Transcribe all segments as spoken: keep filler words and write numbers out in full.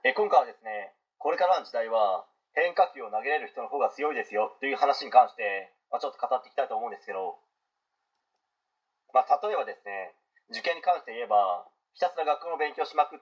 え今回はですね、これからの時代は変化球を投げれる人の方が強いですよという話に関して、まあ、ちょっと語っていきたいと思うんですけど、まあ、例えばですね、受験に関して言えば、ひたすら学校の勉強しまくって、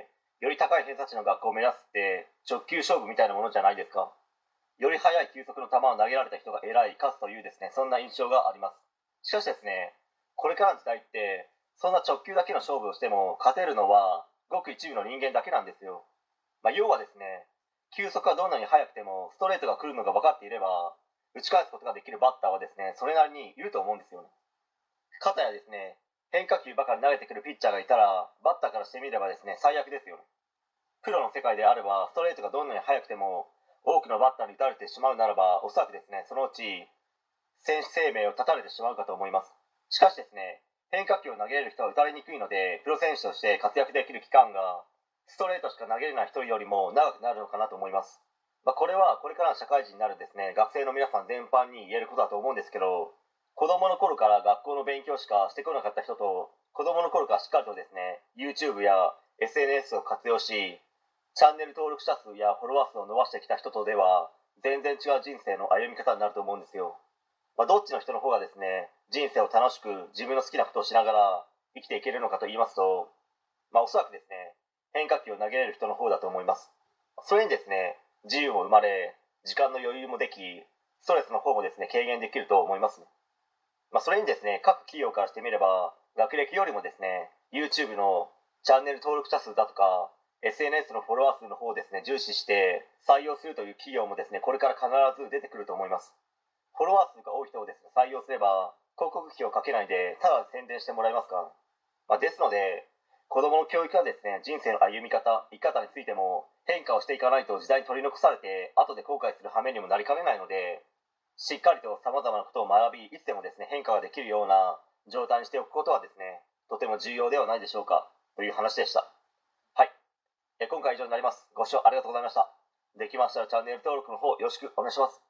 より高い偏差値の学校を目指すって直球勝負みたいなものじゃないですか。より速い球速の球を投げられた人が偉い、勝つというですね、そんな印象があります。しかしですね、これからの時代って、そんな直球だけの勝負をしても勝てるのはごく一部の人間だけなんですよ。まあ、要はですね、球速はどんなに速くてもストレートが来るのが分かっていれば、打ち返すことができるバッターはですね、それなりにいると思うんですよね。かたやですね、変化球ばかり投げてくるピッチャーがいたら、バッターからしてみればですね、最悪ですよね。プロの世界であれば、ストレートがどんなに速くても、多くのバッターに打たれてしまうならば、おそらくですね、そのうち、選手生命を絶たれてしまうかと思います。しかしですね、変化球を投げれる人は打たれにくいので、プロ選手として活躍できる期間が、ストレートしか投げれない人よりも長くなるのかなと思います。まあ、これはこれからの社会人になるですね、学生の皆さん全般に言えることだと思うんですけど、子供の頃から学校の勉強しかしてこなかった人と、子供の頃からしっかりとですね、YouTube や エスエヌエス を活用し、チャンネル登録者数やフォロワー数を伸ばしてきた人とでは、全然違う人生の歩み方になると思うんですよ。まあ、どっちの人の方がですね、人生を楽しく自分の好きなことをしながら生きていけるのかと言いますと、まあ、おそらくですね、変化球を投げれる人の方だと思います。それにですね、自由も生まれ、時間の余裕もでき、ストレスの方もですね、軽減できると思います。まあ、それにですね、各企業からしてみれば、学歴よりもですね、YouTube のチャンネル登録者数だとか、エスエヌエス のフォロワー数の方をですね、重視して採用するという企業もですね、これから必ず出てくると思います。フォロワー数が多い人をですね、採用すれば、広告費をかけないで、ただ宣伝してもらえますから。まあ、ですので、子供の教育はですね、人生の歩み方、生き方についても変化をしていかないと時代に取り残されて、後で後悔する羽目にもなりかねないので、しっかりと様々なことを学び、いつでもですね、変化ができるような状態にしておくことはですね、とても重要ではないでしょうか、という話でした。はい。え今回は以上になります。ご視聴ありがとうございました。できましたらチャンネル登録の方よろしくお願いします。